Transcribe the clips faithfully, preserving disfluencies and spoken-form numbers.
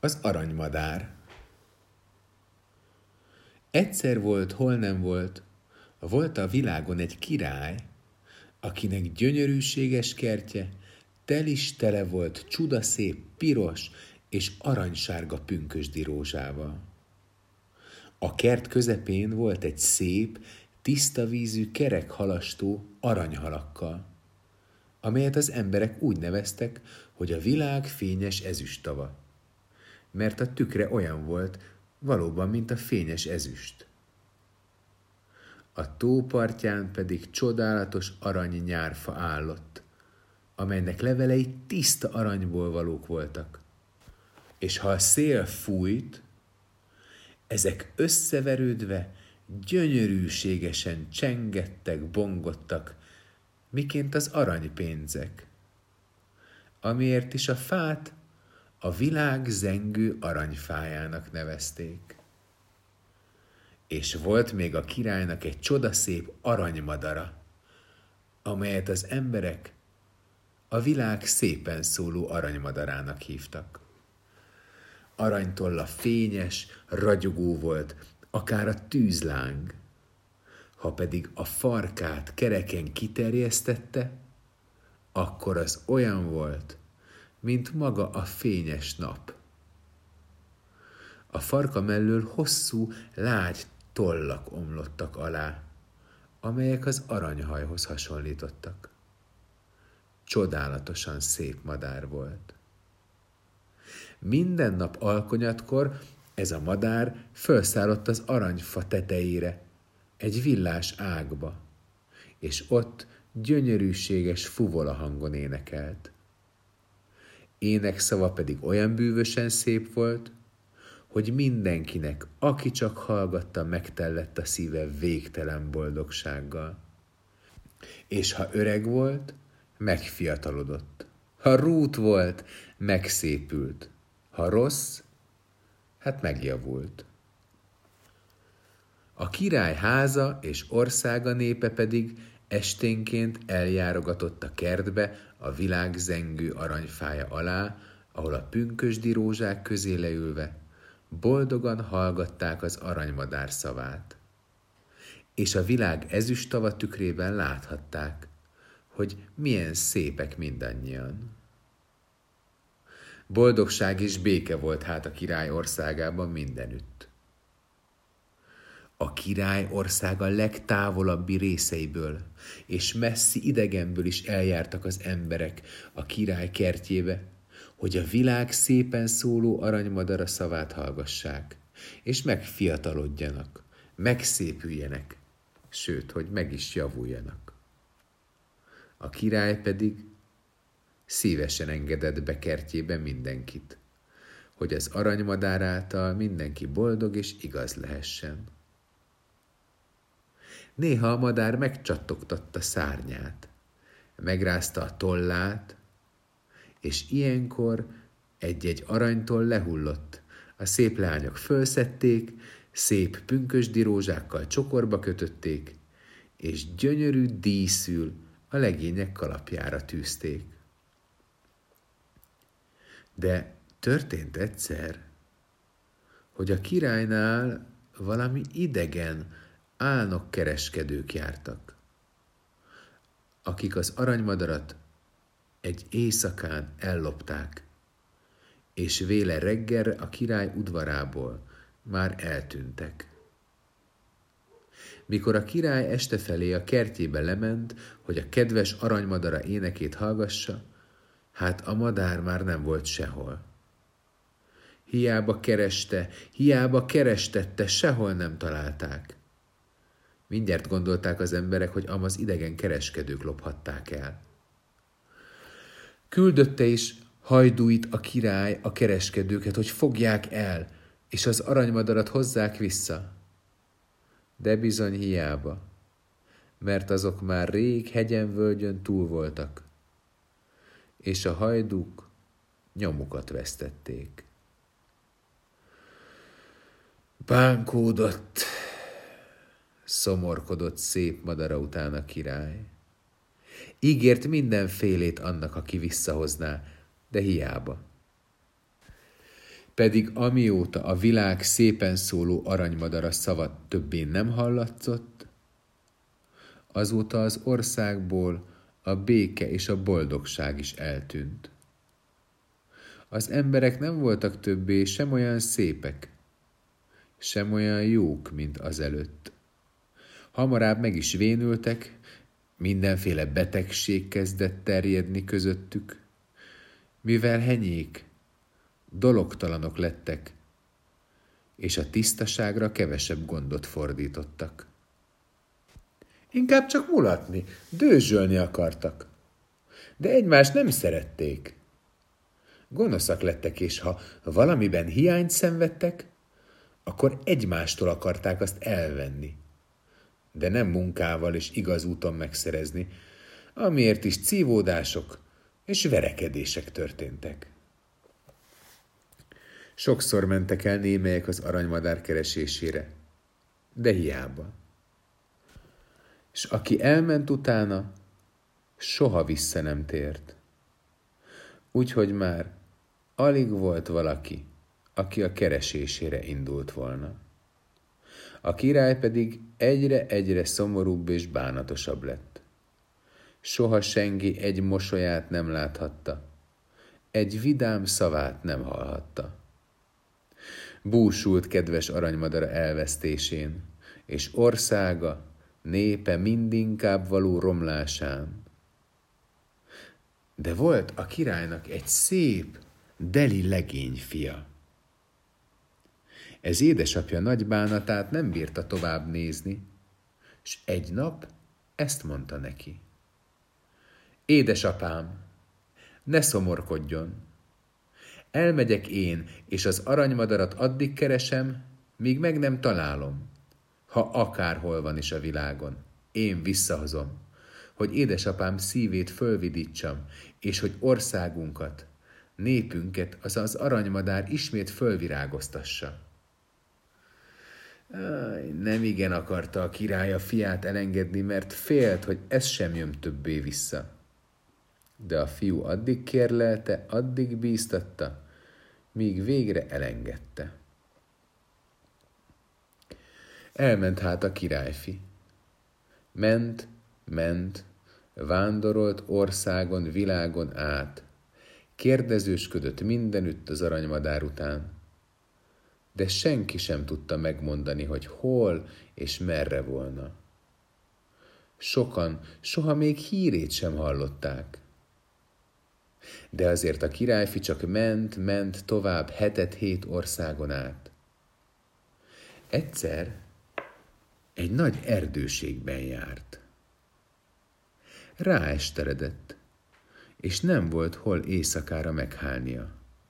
Az aranymadár. Egyszer volt, hol nem volt, volt a világon egy király, akinek gyönyörűséges kertje telis tele volt csudaszép piros és aranysárga pünkösdi rózsával. A kert közepén volt egy szép, tiszta vízű kerekhalastó aranyhalakkal, amelyet az emberek úgy neveztek, hogy a világ fényes ezüsttava, mert a tükre olyan volt, valóban, mint a fényes ezüst. A tó partján pedig csodálatos arany nyárfa állott, amelynek levelei tiszta aranyból valók voltak. És ha a szél fújt, ezek összeverődve gyönyörűségesen csengettek, bongottak, miként az aranypénzek, amiért is a fát a világ zengő aranyfájának nevezték. És volt még a királynak egy csodaszép aranymadara, amelyet az emberek a világ szépen szóló aranymadarának hívtak. Aranytolla fényes, ragyogó volt, akár a tűzláng, ha pedig a farkát kereken kiterjesztette, akkor az olyan volt, mint maga a fényes nap. A farka mellől hosszú, lágy tollak omlottak alá, amelyek az aranyhajhoz hasonlítottak. Csodálatosan szép madár volt. Minden nap alkonyatkor ez a madár fölszállott az aranyfa tetejére, egy villás ágba, és ott gyönyörűséges fuvola hangon énekelt. Énekszava pedig olyan bűvösen szép volt, hogy mindenkinek, aki csak hallgatta, megtellett a szíve végtelen boldogsággal. És ha öreg volt, megfiatalodott. Ha rút volt, megszépült. Ha rossz, hát megjavult. A király háza és országa népe pedig esténként eljárogatott a kertbe a világ zengő aranyfája alá, ahol a pünkösdi rózsák közé leülve boldogan hallgatták az aranymadár szavát. És a világ ezüsttava tükrében láthatták, hogy milyen szépek mindannyian. Boldogság és béke volt hát a király országában mindenütt. A király országa legtávolabbi részeiből és messzi idegenből is eljártak az emberek a király kertjébe, hogy a világ szépen szóló aranymadara szavát hallgassák, és megfiatalodjanak, megszépüljenek, sőt, hogy meg is javuljanak. A király pedig szívesen engedett be kertjébe mindenkit, hogy az aranymadár által mindenki boldog és igaz lehessen. Néha a madár megcsattogtatta szárnyát, megrázta a tollát, és ilyenkor egy-egy aranytoll lehullott. A szép leányok fölszedték, szép pünkösdi rózsákkal csokorba kötötték, és gyönyörű díszül a legények kalapjára tűzték. De történt egyszer, hogy a királynál valami idegen, álnokkereskedők jártak, akik az aranymadarat egy éjszakán ellopták, és véle reggelre a király udvarából már eltűntek. Mikor a király este felé a kertjébe lement, hogy a kedves aranymadara énekét hallgassa, hát a madár már nem volt sehol. Hiába kereste, hiába kerestette, sehol nem találták. Mindjárt gondolták az emberek, hogy amaz idegen kereskedők lophatták el. Küldötte is hajdúit a király a kereskedőket, hogy fogják el, és az aranymadarat hozzák vissza. De bizony hiába, mert azok már rég hegyen-völgyön túl voltak, és a hajdúk nyomukat vesztették. Bánkódott, szomorkodott szép madara után a király. Ígért mindenfélét annak, aki visszahozná, de hiába. Pedig amióta a világ szépen szóló aranymadara szava többé nem hallatszott, azóta az országból a béke és a boldogság is eltűnt. Az emberek nem voltak többé sem olyan szépek, sem olyan jók, mint azelőtt. Hamarabb meg is vénültek, mindenféle betegség kezdett terjedni közöttük, mivel henyék, dologtalanok lettek, és a tisztaságra kevesebb gondot fordítottak. Inkább csak mulatni, dőzsölni akartak, de egymást nem szerették. Gonoszak lettek, és ha valamiben hiányt szenvedtek, akkor egymástól akarták azt elvenni, de nem munkával és igaz úton megszerezni, amiért is cívódások és verekedések történtek. Sokszor mentek el némelyek az aranymadár keresésére, de hiába. És aki elment utána, soha vissza nem tért. Úgyhogy már alig volt valaki, aki a keresésére indult volna. A király pedig egyre-egyre szomorúbb és bánatosabb lett. Soha senki egy mosolyát nem láthatta, egy vidám szavát nem hallhatta. Búsult kedves aranymadara elvesztésén, és országa, népe mindinkább való romlásán. De volt a királynak egy szép, deli legény fia. Ez édesapja nagy bánatát nem bírta tovább nézni, s egy nap ezt mondta neki. Édesapám, ne szomorkodjon! Elmegyek én, és az aranymadarat addig keresem, míg meg nem találom, ha akárhol van is a világon. Én visszahozom, hogy édesapám szívét fölvidítsam, és hogy országunkat, népünket az az aranymadár ismét fölvirágoztassa. Áj, nem igen akarta a király a fiát elengedni, mert félt, hogy ez sem jön többé vissza. De a fiú addig kérlelte, addig bíztatta, míg végre elengedte. Elment hát a királyfi. Ment, ment, vándorolt országon, világon át, kérdezősködött mindenütt az aranymadár után, de senki sem tudta megmondani, hogy hol és merre volna. Sokan soha még hírét sem hallották. De azért a királyfi csak ment, ment tovább hetet-hét országon át. Egyszer egy nagy erdőségben járt. Ráesteredett, és nem volt hol éjszakára meghálnia.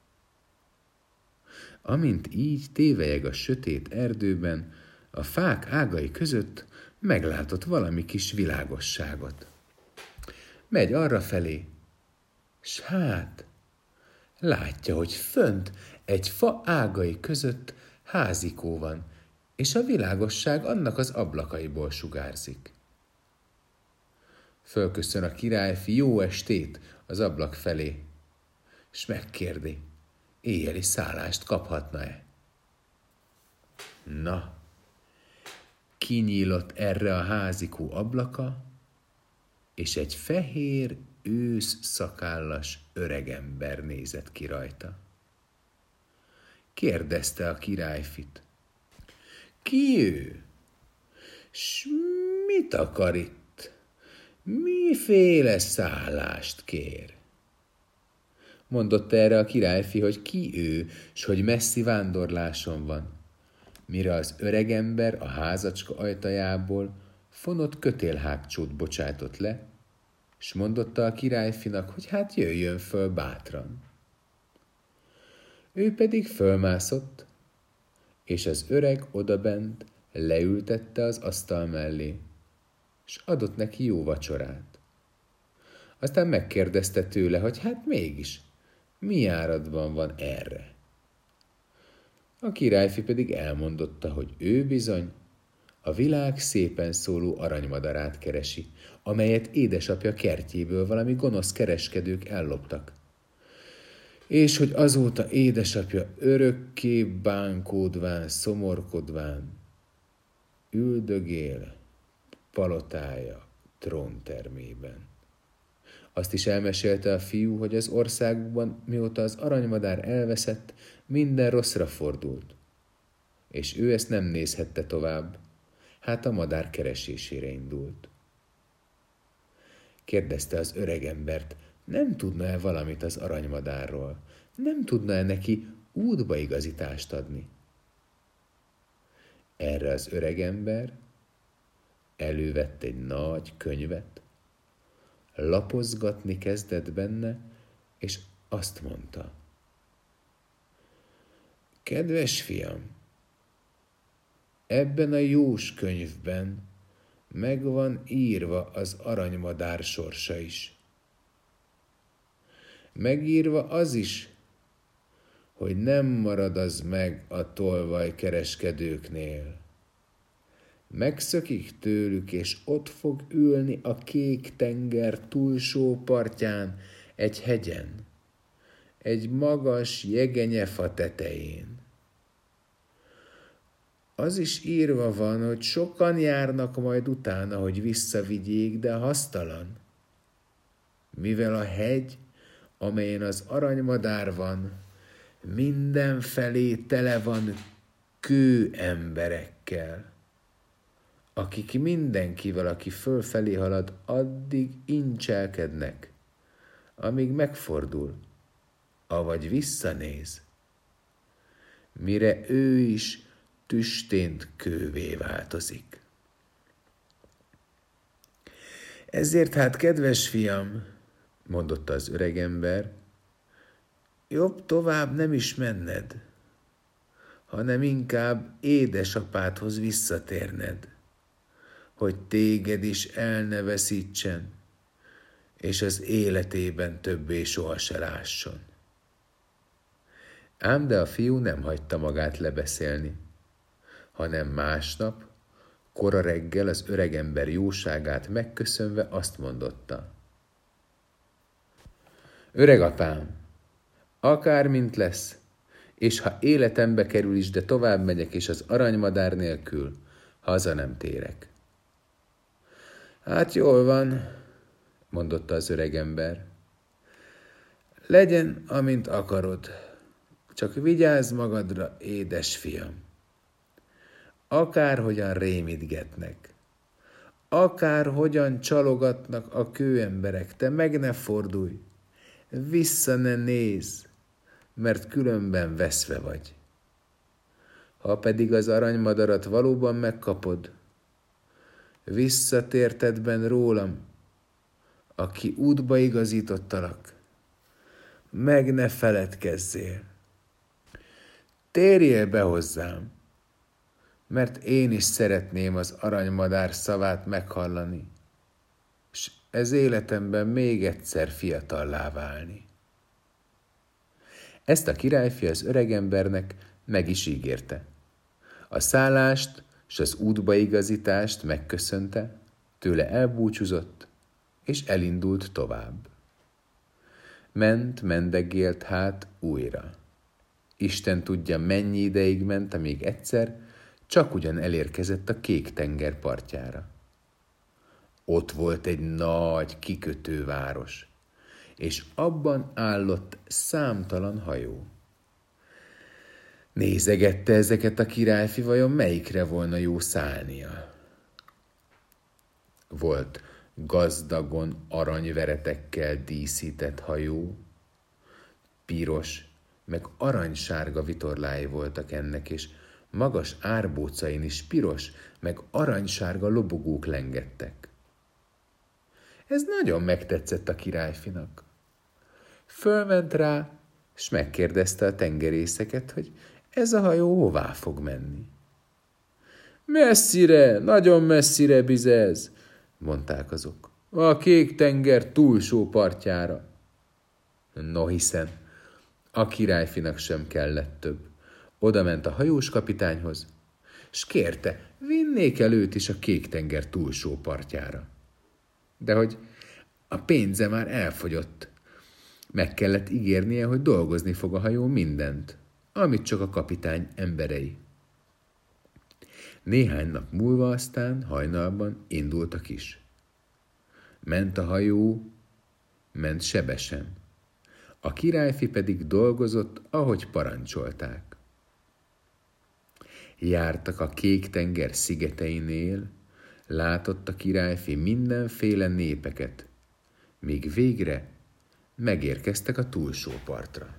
Amint így tévelyeg a sötét erdőben, a fák ágai között meglátott valami kis világosságot. Megy arrafelé, s hát látja, hogy fönt egy fa ágai között házikó van, és a világosság annak az ablakaiból sugárzik. Fölköszön a királyfi jó estét az ablak felé, s megkérdi, éjjeli szállást kaphatna-e. Na, kinyílott erre a házikó ablaka, és egy fehér, ősz szakállas öregember nézett ki rajta. Kérdezte a királyfit. Ki ő? S mit akar itt? Miféle szállást kér? Mondotta erre a királyfi, hogy ki ő, s hogy messzi vándorláson van. Mire az öregember a házacska ajtajából fonott kötélhágcsót bocsájtott le, s mondotta a királyfinak, hogy hát jöjjön föl bátran. Ő pedig fölmászott, és az öreg odabent leültette az asztal mellé, s adott neki jó vacsorát. Aztán megkérdezte tőle, hogy hát mégis, mi áradban van erre? A királyfi pedig elmondotta, hogy ő bizony a világ szépen szóló aranymadarát keresi, amelyet édesapja kertjéből valami gonosz kereskedők elloptak. és hogy azóta édesapja örökké bánkódván, szomorkodván üldögél palotája tróntermében. Azt is elmesélte a fiú, hogy az országban, mióta az aranymadár elveszett, minden rosszra fordult, és ő ezt nem nézhette tovább, hát a madár keresésére indult. Kérdezte az öregembert, nem tudna-e valamit az aranymadárról, nem tudna-e neki útbaigazítást adni. Erre az öregember elővett egy nagy könyvet, lapozgatni kezdett benne, és azt mondta: kedves fiam, ebben a jós könyvben meg van írva az aranymadár sorsa is. Megírva az is, hogy nem marad az meg a tolvajkereskedőknél. Megszökik tőlük, és ott fog ülni a kék tenger túlsó partján, egy hegyen, egy magas jegenyefa tetején. Az is írva van, hogy sokan járnak majd utána, hogy visszavigyék, de hasztalan, mivel a hegy, amelyen az aranymadár van, mindenfelé tele van kőemberekkel, akik mindenkivel, aki fölfelé halad, addig incselkednek, amíg megfordul, avagy visszanéz, mire ő is tüstént kővé változik. Ezért hát, kedves fiam, mondotta az öregember, jobb tovább nem is menned, hanem inkább édesapádhoz visszatérned, hogy téged is el ne veszítsen, és az életében többé soha se lásson. Ám de a fiú nem hagyta magát lebeszélni, hanem másnap, kora reggel az öregember jóságát megköszönve azt mondotta: öregapám, akármint lesz, és ha életembe kerül is, de tovább megyek, és az aranymadár nélkül haza nem térek. Hát jól van, mondotta az öregember. Legyen, amint akarod, csak vigyázz magadra, édes fiam. Akárhogyan rémítgetnek, akárhogyan csalogatnak a kőemberek, te meg ne fordulj, vissza ne nézz, mert különben veszve vagy. Ha pedig az aranymadarat valóban megkapod, visszatértedben rólam, aki útba igazítottalak, meg ne feledkezzél. Térjél be hozzám, mert én is szeretném az aranymadár szavát meghallani, és ez életemben még egyszer fiatallá válni. Ezt a királyfi az öregembernek meg is ígérte. A szállást és az útbaigazítást megköszönte, tőle elbúcsúzott, és elindult tovább. Ment, mendegélt hát újra. Isten tudja, mennyi ideig ment, amíg egyszer csak ugyan elérkezett a kék tenger partjára. Ott volt egy nagy kikötőváros, és abban állott számtalan hajó. Nézegette ezeket a királyfi, vajon melyikre volna jó szállnia. Volt gazdagon aranyveretekkel díszített hajó, piros, meg aranysárga vitorlái voltak ennek, és magas árbócain is piros, meg aranysárga lobogók lengettek. Ez nagyon megtetszett a királyfinak. Fölment rá, s megkérdezte a tengerészeket, hogy ez a hajó hová fog menni. Messzire, nagyon messzire bizez, mondták azok. A kék tenger túlsó partjára. No hiszen, a királyfinak sem kellett több. Oda ment a hajós kapitányhoz, s kérte, vinnék el őt is a kék tenger túlsó partjára. De hogy a pénze már elfogyott, Meg kellett ígérnie, hogy dolgozni fog a hajó mindent, amit csak a kapitány emberei. Néhány nap múlva aztán hajnalban indultak is. Ment a hajó, ment sebesen. A királyfi pedig dolgozott, ahogy parancsolták. Jártak a Kék-tenger szigeteinél, látott a királyfi mindenféle népeket, míg végre megérkeztek a túlsó partra.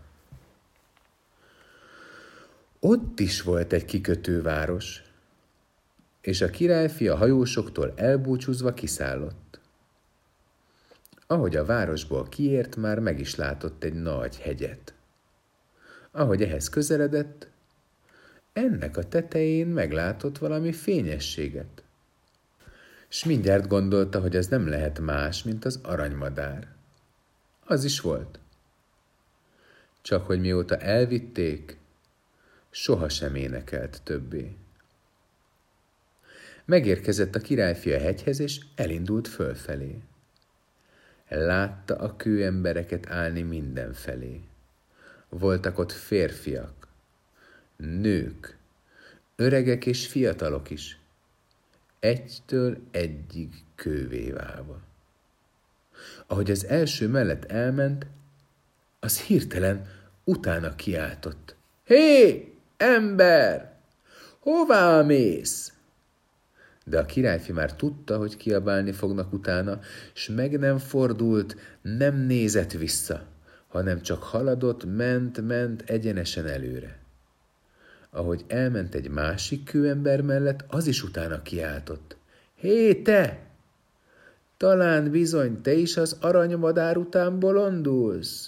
Ott is volt egy kikötőváros, és a királyfi a hajósoktól elbúcsúzva kiszállott. Ahogy a városból kiért, már meg is látott egy nagy hegyet. Ahogy ehhez közeledett, ennek a tetején meglátott valami fényességet. S mindjárt gondolta, hogy ez nem lehet más, mint az aranymadár. Az is volt. Csak hogy mióta elvitték, sohasem énekelt többé. Megérkezett a királyfi a hegyhez, és elindult fölfelé. Látta a kőembereket állni mindenfelé. Voltak ott férfiak, nők, öregek és fiatalok is, egytől egyig kővé válva. Ahogy az első mellett elment, az hirtelen utána kiáltott. Hé, ember! Hová mész? De a királyfi már tudta, hogy kiabálni fognak utána, s meg nem fordult, nem nézett vissza, hanem csak haladott, ment, ment egyenesen előre. Ahogy elment egy másik kőember mellett, az is utána kiáltott. Hé, te! Talán bizony te is az aranymadár után bolondulsz?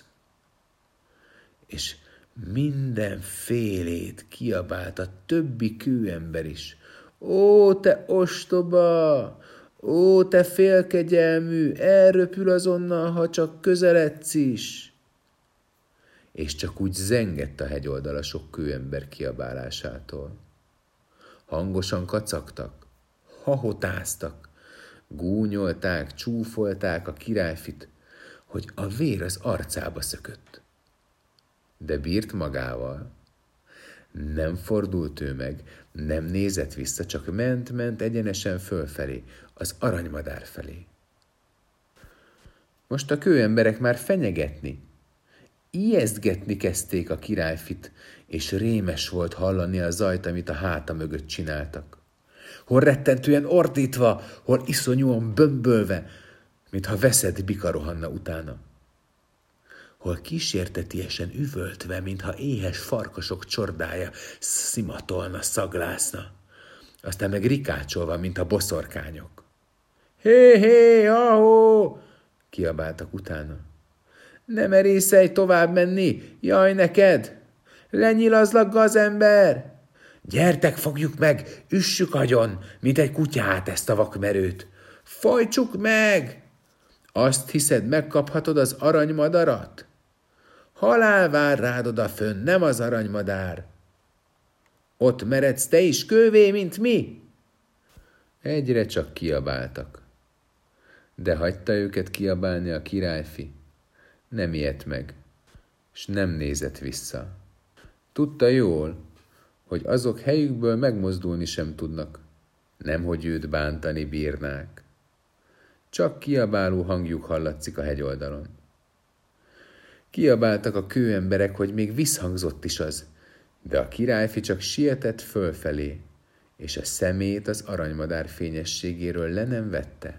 És mindenfélét kiabált a többi kőember is. Ó, te ostoba! Ó, te félkegyelmű! Elröpül azonnal, ha csak közeledsz is! És csak úgy zengett a hegyoldala sok kőember kiabálásától. Hangosan kacagtak, hahotáztak, gúnyolták, csúfolták a királyfit, hogy a vér az arcába szökött. De bírt magával. Nem fordult ő meg, nem nézett vissza, csak ment-ment egyenesen fölfelé, az aranymadár felé. Most a kőemberek már fenyegetni, ijesztgetni kezdték a királyfit, és rémes volt hallani a zajt, amit a háta mögött csináltak. Hol rettentően ordítva, hol iszonyúan bömbölve, mintha veszett bika rohanna utána. Hol kísértetiesen üvöltve, mintha éhes farkasok csordája szimatolna, szaglászna, aztán meg rikácsolva, mint a boszorkányok. Hé, hé, ahó! Kiabáltak utána. Nem merészelj tovább menni, jaj neked! Lenyilazlak, gazember! Gyertek, fogjuk meg, üssük agyon, mint egy kutyát ezt a vakmerőt. Fojtsuk meg! Azt hiszed, megkaphatod az aranymadarat? Halál vár rád odafönn, nem az aranymadár. Ott meredsz te is kővé, mint mi? Egyre csak kiabáltak. De hagyta őket kiabálni a királyfi. Nem ijedt meg, s nem nézett vissza. Tudta jól, hogy azok helyükből megmozdulni sem tudnak, nemhogy őt bántani bírnák. Csak kiabáló hangjuk hallatszik a hegyoldalon. Kiabáltak a kőemberek, hogy még visszhangzott is az, de a királyfi csak sietett fölfelé, és a szemét az aranymadár fényességéről le nem vette.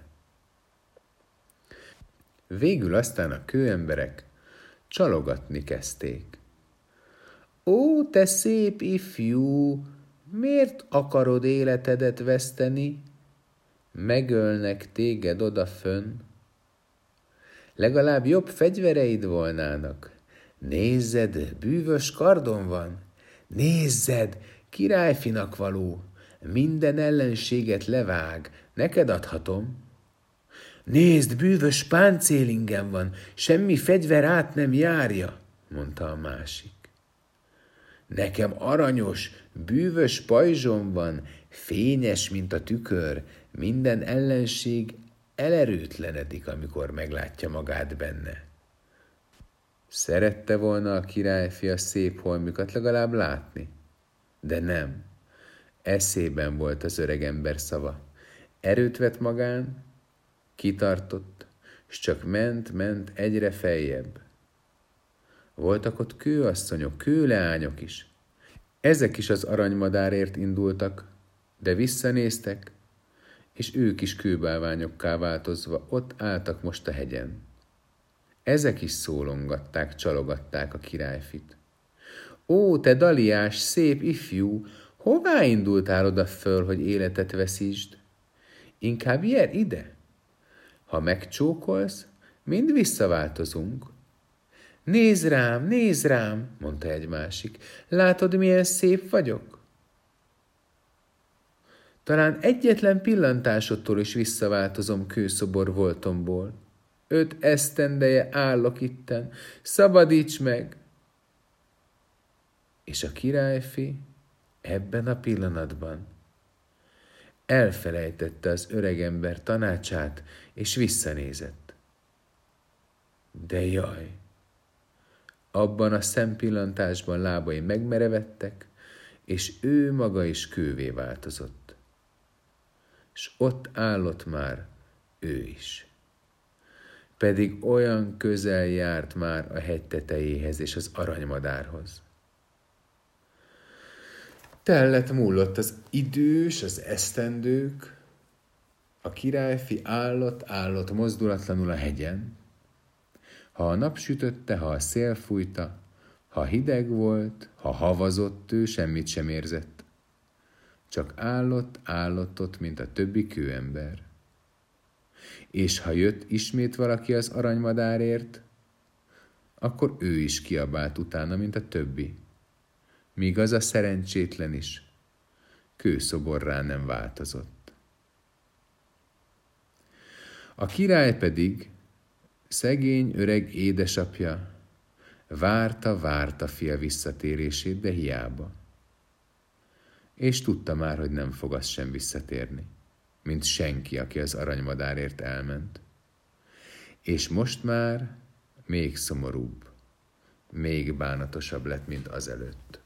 Végül aztán a kőemberek csalogatni kezdték. Ó, te szép ifjú, miért akarod életedet veszteni? Megölnek téged odafönn. Legalább jobb fegyvereid volnának. Nézzed, bűvös kardon van. Nézzed, királyfinak való. Minden ellenséget levág, neked adhatom. Nézd, bűvös páncélingem van, semmi fegyver át nem járja, mondta a másik. Nekem aranyos, bűvös pajzsom van, fényes, mint a tükör, minden ellenség elerőtlenedik, amikor meglátja magát benne. Szerette volna a királyfi a szép holmikat legalább látni, de nem. Eszében volt az öregember szava. Erőt vett magán, kitartott, s csak ment-ment egyre feljebb. Voltak ott kőasszonyok, kőleányok is. Ezek is az aranymadárért indultak, de visszanéztek, és ők is kőbálványokká változva ott álltak most a hegyen. Ezek is szólongatták, csalogatták a királyfit. Ó, te daliás, szép ifjú, hová indultál oda föl, hogy életet veszítsd? Inkább jel ide. Ha megcsókolsz, mind visszaváltozunk. Nézd rám, nézd rám, mondta egy másik. Látod, milyen szép vagyok? Talán egyetlen pillantásodtól is visszaváltozom kőszobor voltomból. Öt esztendeje állok itten, szabadíts meg! És a királyfi ebben a pillanatban elfelejtette az öregember tanácsát, és visszanézett. De jaj! Abban a szempillantásban lábai megmerevettek, és ő maga is kővé változott. És ott állott már ő is. Pedig olyan közel járt már a hegy tetejéhez és az aranymadárhoz. Tellet múlott az idős, az esztendők, a királyfi állott, állott mozdulatlanul a hegyen. Ha a nap sütötte, ha a szél fújta, ha hideg volt, ha havazott, ő semmit sem érzett. Csak állott, állott ott, mint a többi kőember. És ha jött ismét valaki az aranymadárért, akkor ő is kiabált utána, mint a többi, míg az a szerencsétlen is kőszoborrá nem változott. A király pedig, szegény öreg édesapja, várta-várta fia visszatérését, de hiába. És tudta már, hogy nem fog az sem visszatérni, mint senki, aki az aranymadárért elment. És most már még szomorúbb, még bánatosabb lett, mint azelőtt.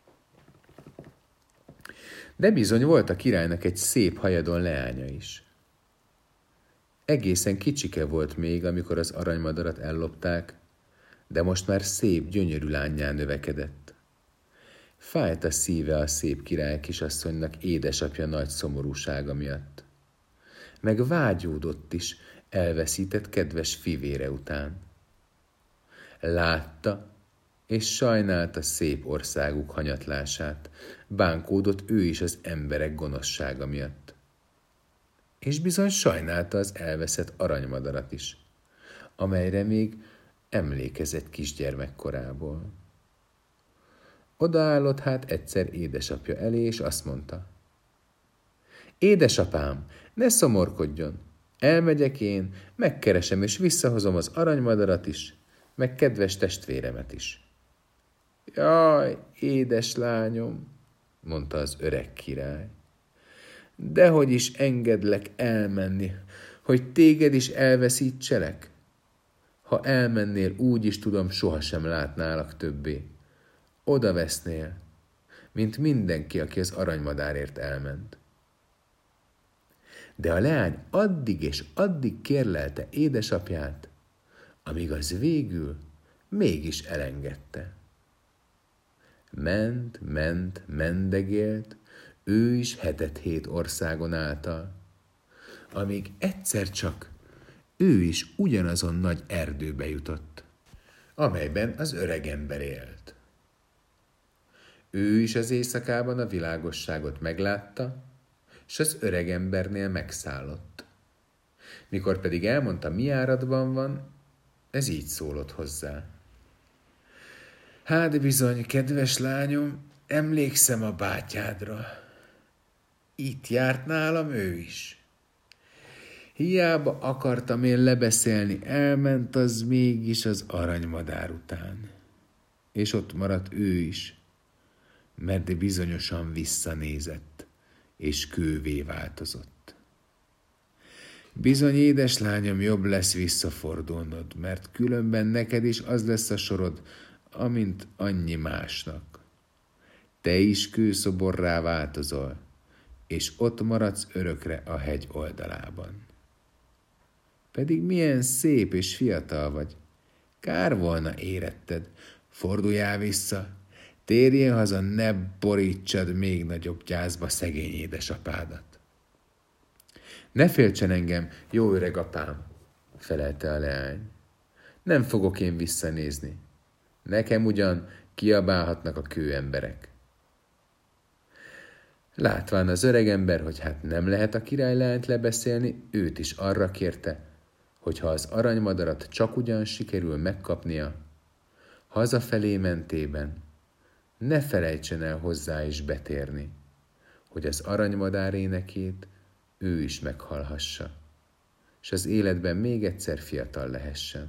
De bizony volt a királynak egy szép hajadon leánya is. Egészen kicsike volt még, amikor az aranymadarat ellopták, de most már szép, gyönyörű lánnyá növekedett. Fájt a szíve a szép király kisasszonynak édesapja nagy szomorúsága miatt. Meg vágyódott is elveszített kedves fivére után. Látta és sajnálta szép országuk hanyatlását, bánkódott ő is az emberek gonoszsága miatt. És bizony sajnálta az elveszett aranymadarat is, amelyre még emlékezett kisgyermekkorából. Odaállott hát egyszer édesapja elé, és azt mondta: Édesapám, ne szomorkodjon, elmegyek én, megkeresem és visszahozom az aranymadarat is, meg kedves testvéremet is. Jaj, édes lányom, mondta az öreg király, dehogy is engedlek elmenni, hogy téged is elveszítselek? Ha elmennél, úgy is tudom, sohasem látnálak többé. Oda vesznél, mint mindenki, aki az aranymadárért elment. De a leány addig és addig kérlelte édesapját, amíg az végül mégis elengedte. Ment, ment, mendegélt, ő is hetet-hét országon által, amíg egyszer csak ő is ugyanazon nagy erdőbe jutott, amelyben az öregember élt. Ő is az éjszakában a világosságot meglátta, s az öregembernél megszállott. Mikor pedig elmondta, mi áradban van, ez így szólott hozzá. Hát bizony, kedves lányom, emlékszem a bátyádra. Itt járt nálam ő is. Hiába akartam én lebeszélni, elment az mégis az aranymadár után. És ott maradt ő is, mert bizonyosan visszanézett, és kővé változott. Bizony, édeslányom, jobb lesz visszafordulnod, mert különben neked is az lesz a sorod, amint annyi másnak. Te is kőszoborrá változol, és ott maradsz örökre a hegy oldalában. Pedig milyen szép és fiatal vagy. Kár volna éretted. Forduljál vissza, térjél haza, ne borítsad még nagyobb gyászba szegény édesapádat. Ne féltsen engem, jó öreg apám, felelte a leány. Nem fogok én visszanézni. Nekem ugyan kiabálhatnak a kőemberek. Látván az öregember, hogy hát nem lehet a királyleányt lebeszélni, őt is arra kérte, hogy ha az aranymadarat csak ugyan sikerül megkapnia, hazafelé mentében ne felejtsen el hozzá is betérni, hogy az aranymadár énekét ő is meghallhassa, és az életben még egyszer fiatal lehessen.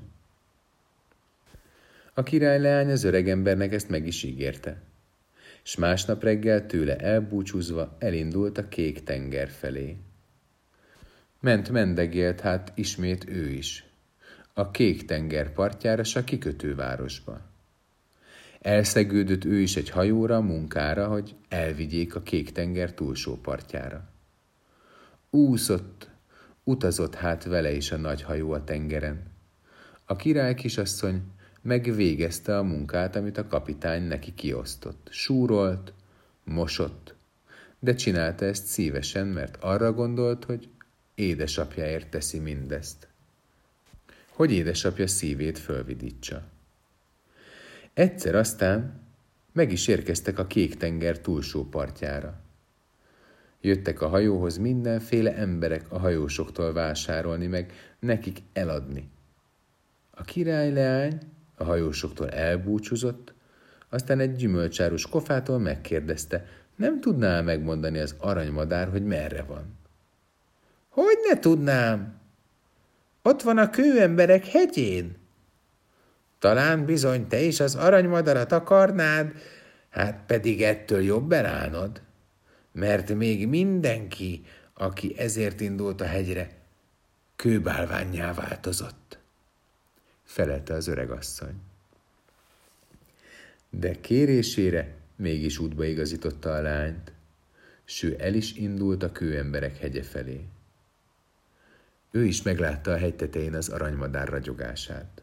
A királyleány az öregembernek ezt meg is ígérte, s másnap reggel tőle elbúcsúzva elindult a kék tenger felé. Ment mendegélt hát ismét ő is, a kék tenger partjára, s a kikötővárosba. Elszegődött ő is egy hajóra, munkára, hogy elvigyék a kék tenger túlsó partjára. Úszott, utazott hát vele is a nagy hajó a tengeren. A király kisasszony megvégezte a munkát, amit a kapitány neki kiosztott. Súrolt, mosott, de csinálta ezt szívesen, mert arra gondolt, hogy édesapjáért teszi mindezt. Hogy édesapja szívét fölvidítsa. Egyszer aztán meg is érkeztek a kék tenger túlsó partjára. Jöttek a hajóhoz mindenféle emberek a hajósoktól vásárolni, meg nekik eladni. A királyleány a hajósoktól elbúcsúzott, aztán egy gyümölcsárus kofától megkérdezte, nem tudná megmondani az aranymadár, hogy merre van. Hogy ne tudnám? Ott van a kőemberek hegyén. Talán bizony te is az aranymadarat akarnád, hát pedig ettől jobb elállnod, mert még mindenki, aki ezért indult a hegyre, kőbálvánnyá változott, felelte az öregasszony. De kérésére mégis útba igazította a lányt, s ő el is indult a kőemberek hegye felé. Ő is meglátta a hegy tetején az aranymadár ragyogását.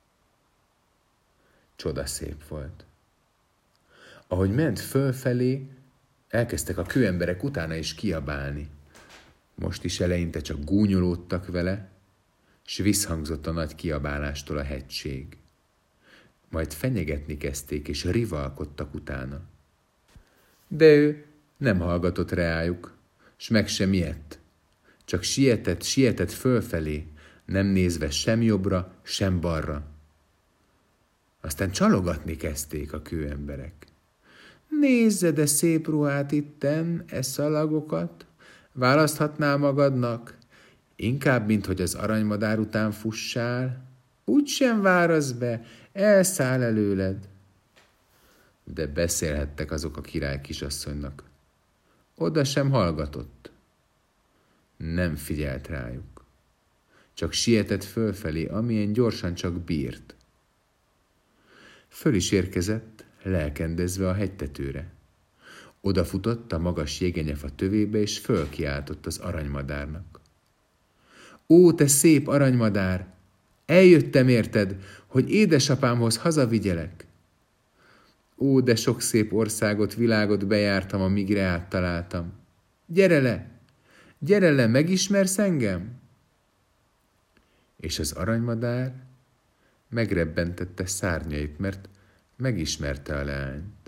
Csodaszép volt. Ahogy ment fölfelé, elkezdtek a kőemberek utána is kiabálni. Most is eleinte csak gúnyolódtak vele, s visszhangzott a nagy kiabálástól a hegység. Majd fenyegetni kezdték, és rivalkodtak utána. De ő nem hallgatott reájuk, s meg sem ijedt. Csak sietett, sietett fölfelé, nem nézve sem jobbra, sem balra. Aztán csalogatni kezdték a kőemberek. Nézze, de szép ruhát itten, e szalagokat, választhatnál magadnak, inkább, mint hogy az aranymadár után fussál, úgysem várasz be, elszáll előled. De beszélhettek azok a király kisasszonynak. Oda sem hallgatott. Nem figyelt rájuk. Csak sietett fölfelé, amilyen gyorsan csak bírt. Föl is érkezett, lelkendezve a hegytetőre. Odafutott a magas jégenyefa tövébe, és fölkiáltott az aranymadárnak. Ó, te szép aranymadár! Eljöttem érted, hogy édesapámhoz hazavigyelek. Ó, de sok szép országot, világot bejártam, amíg reát találtam. Gyere le! Gyere le, megismersz engem? És az aranymadár megrebbentette szárnyait, mert megismerte a leányt.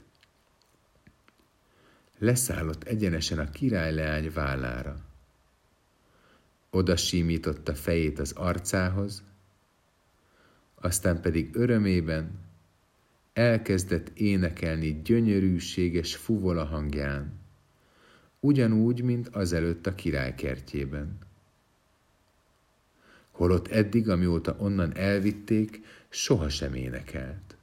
Leszállott egyenesen a királyleány vállára. Oda símította fejét az arcához, aztán pedig örömében elkezdett énekelni gyönyörűséges fuvola hangján, ugyanúgy, mint azelőtt a király kertjében. Holott eddig, amióta onnan elvitték, sohasem énekelt.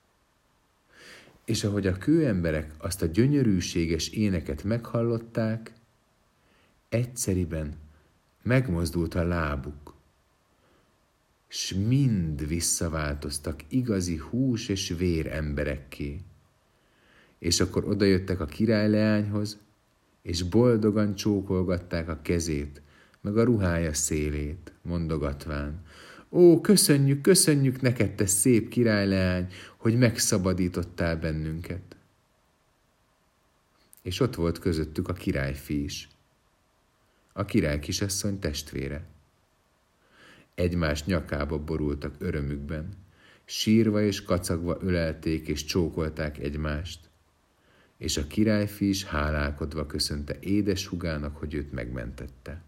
És ahogy a kőemberek azt a gyönyörűséges éneket meghallották, egyszeriben megmozdult a lábuk, s mind visszaváltoztak igazi hús és vér emberekké. És akkor odajöttek a királyleányhoz, és boldogan csókolgatták a kezét, meg a ruhája szélét, mondogatván: Ó, köszönjük, köszönjük neked, te szép királyleány, hogy megszabadítottál bennünket. És ott volt közöttük a királyfi is, a király kisasszony testvére. Egymás nyakába borultak örömükben, sírva és kacagva ölelték és csókolták egymást, és a királyfi is hálálkodva köszönte édes húgának, hogy őt megmentette.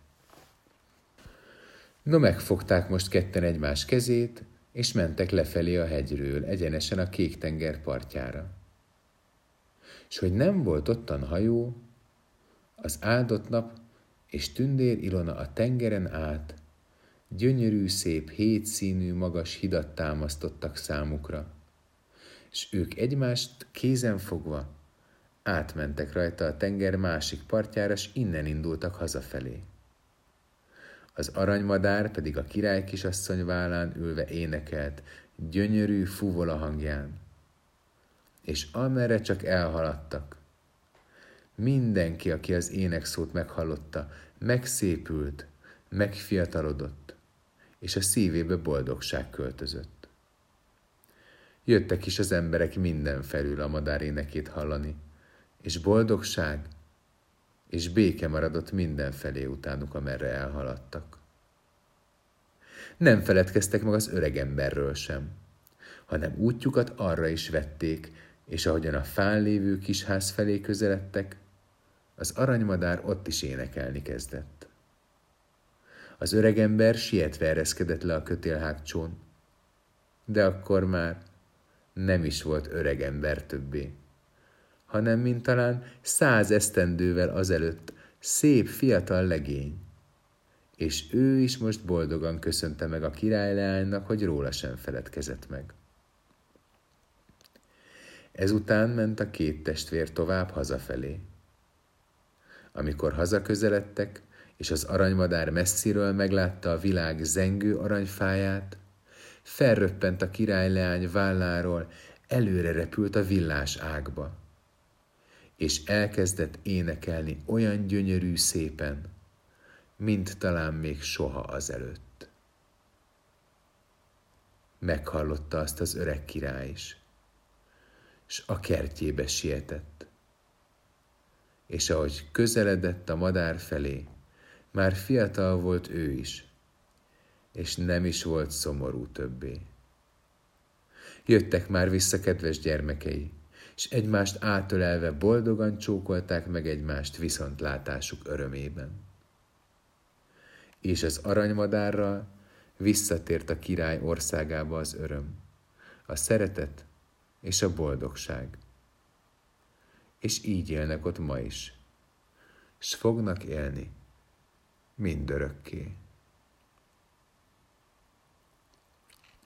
No, megfogták most ketten egymás kezét, és mentek lefelé a hegyről, egyenesen a Kék-tenger partjára. És hogy nem volt ottan hajó, az áldott nap és Tündér Ilona a tengeren át gyönyörű, szép, hétszínű, magas hidat támasztottak számukra, és ők egymást kézen fogva átmentek rajta a tenger másik partjára, s innen indultak hazafelé. Az aranymadár pedig a király kisasszony vállán ülve énekelt, gyönyörű fuvola hangján. És amerre csak elhaladtak, mindenki, aki az énekszót meghallotta, megszépült, megfiatalodott, és a szívébe boldogság költözött. Jöttek is az emberek mindenfelül a madár énekét hallani, és boldogság és béke maradott mindenfelé utánuk, amerre elhaladtak. Nem feledkeztek meg az öregemberről sem, hanem útjukat arra is vették, és ahogyan a fán lévő kisház felé közeledtek, az aranymadár ott is énekelni kezdett. Az öregember sietve ereszkedett le a kötélhágcsón, de akkor már nem is volt öregember többé, hanem mint talán száz esztendővel azelőtt szép fiatal legény, és ő is most boldogan köszönte meg a királyleánynak, hogy róla sem feledkezett meg. Ezután ment a két testvér tovább hazafelé. Amikor hazaközeledtek, és az aranymadár messziről meglátta a világ zengő aranyfáját, felröppent a királyleány válláról, előre repült a villás ágba, és elkezdett énekelni olyan gyönyörű szépen, mint talán még soha azelőtt. Meghallotta azt az öreg király is, s a kertjébe sietett, és ahogy közeledett a madár felé, már fiatal volt ő is, és nem is volt szomorú többé. Jöttek már vissza kedves gyermekei, és egymást átölelve boldogan csókolták meg egymást viszontlátásuk örömében. És az aranymadárral visszatért a király országába az öröm, a szeretet és a boldogság. És így élnek ott ma is, s fognak élni mindörökké.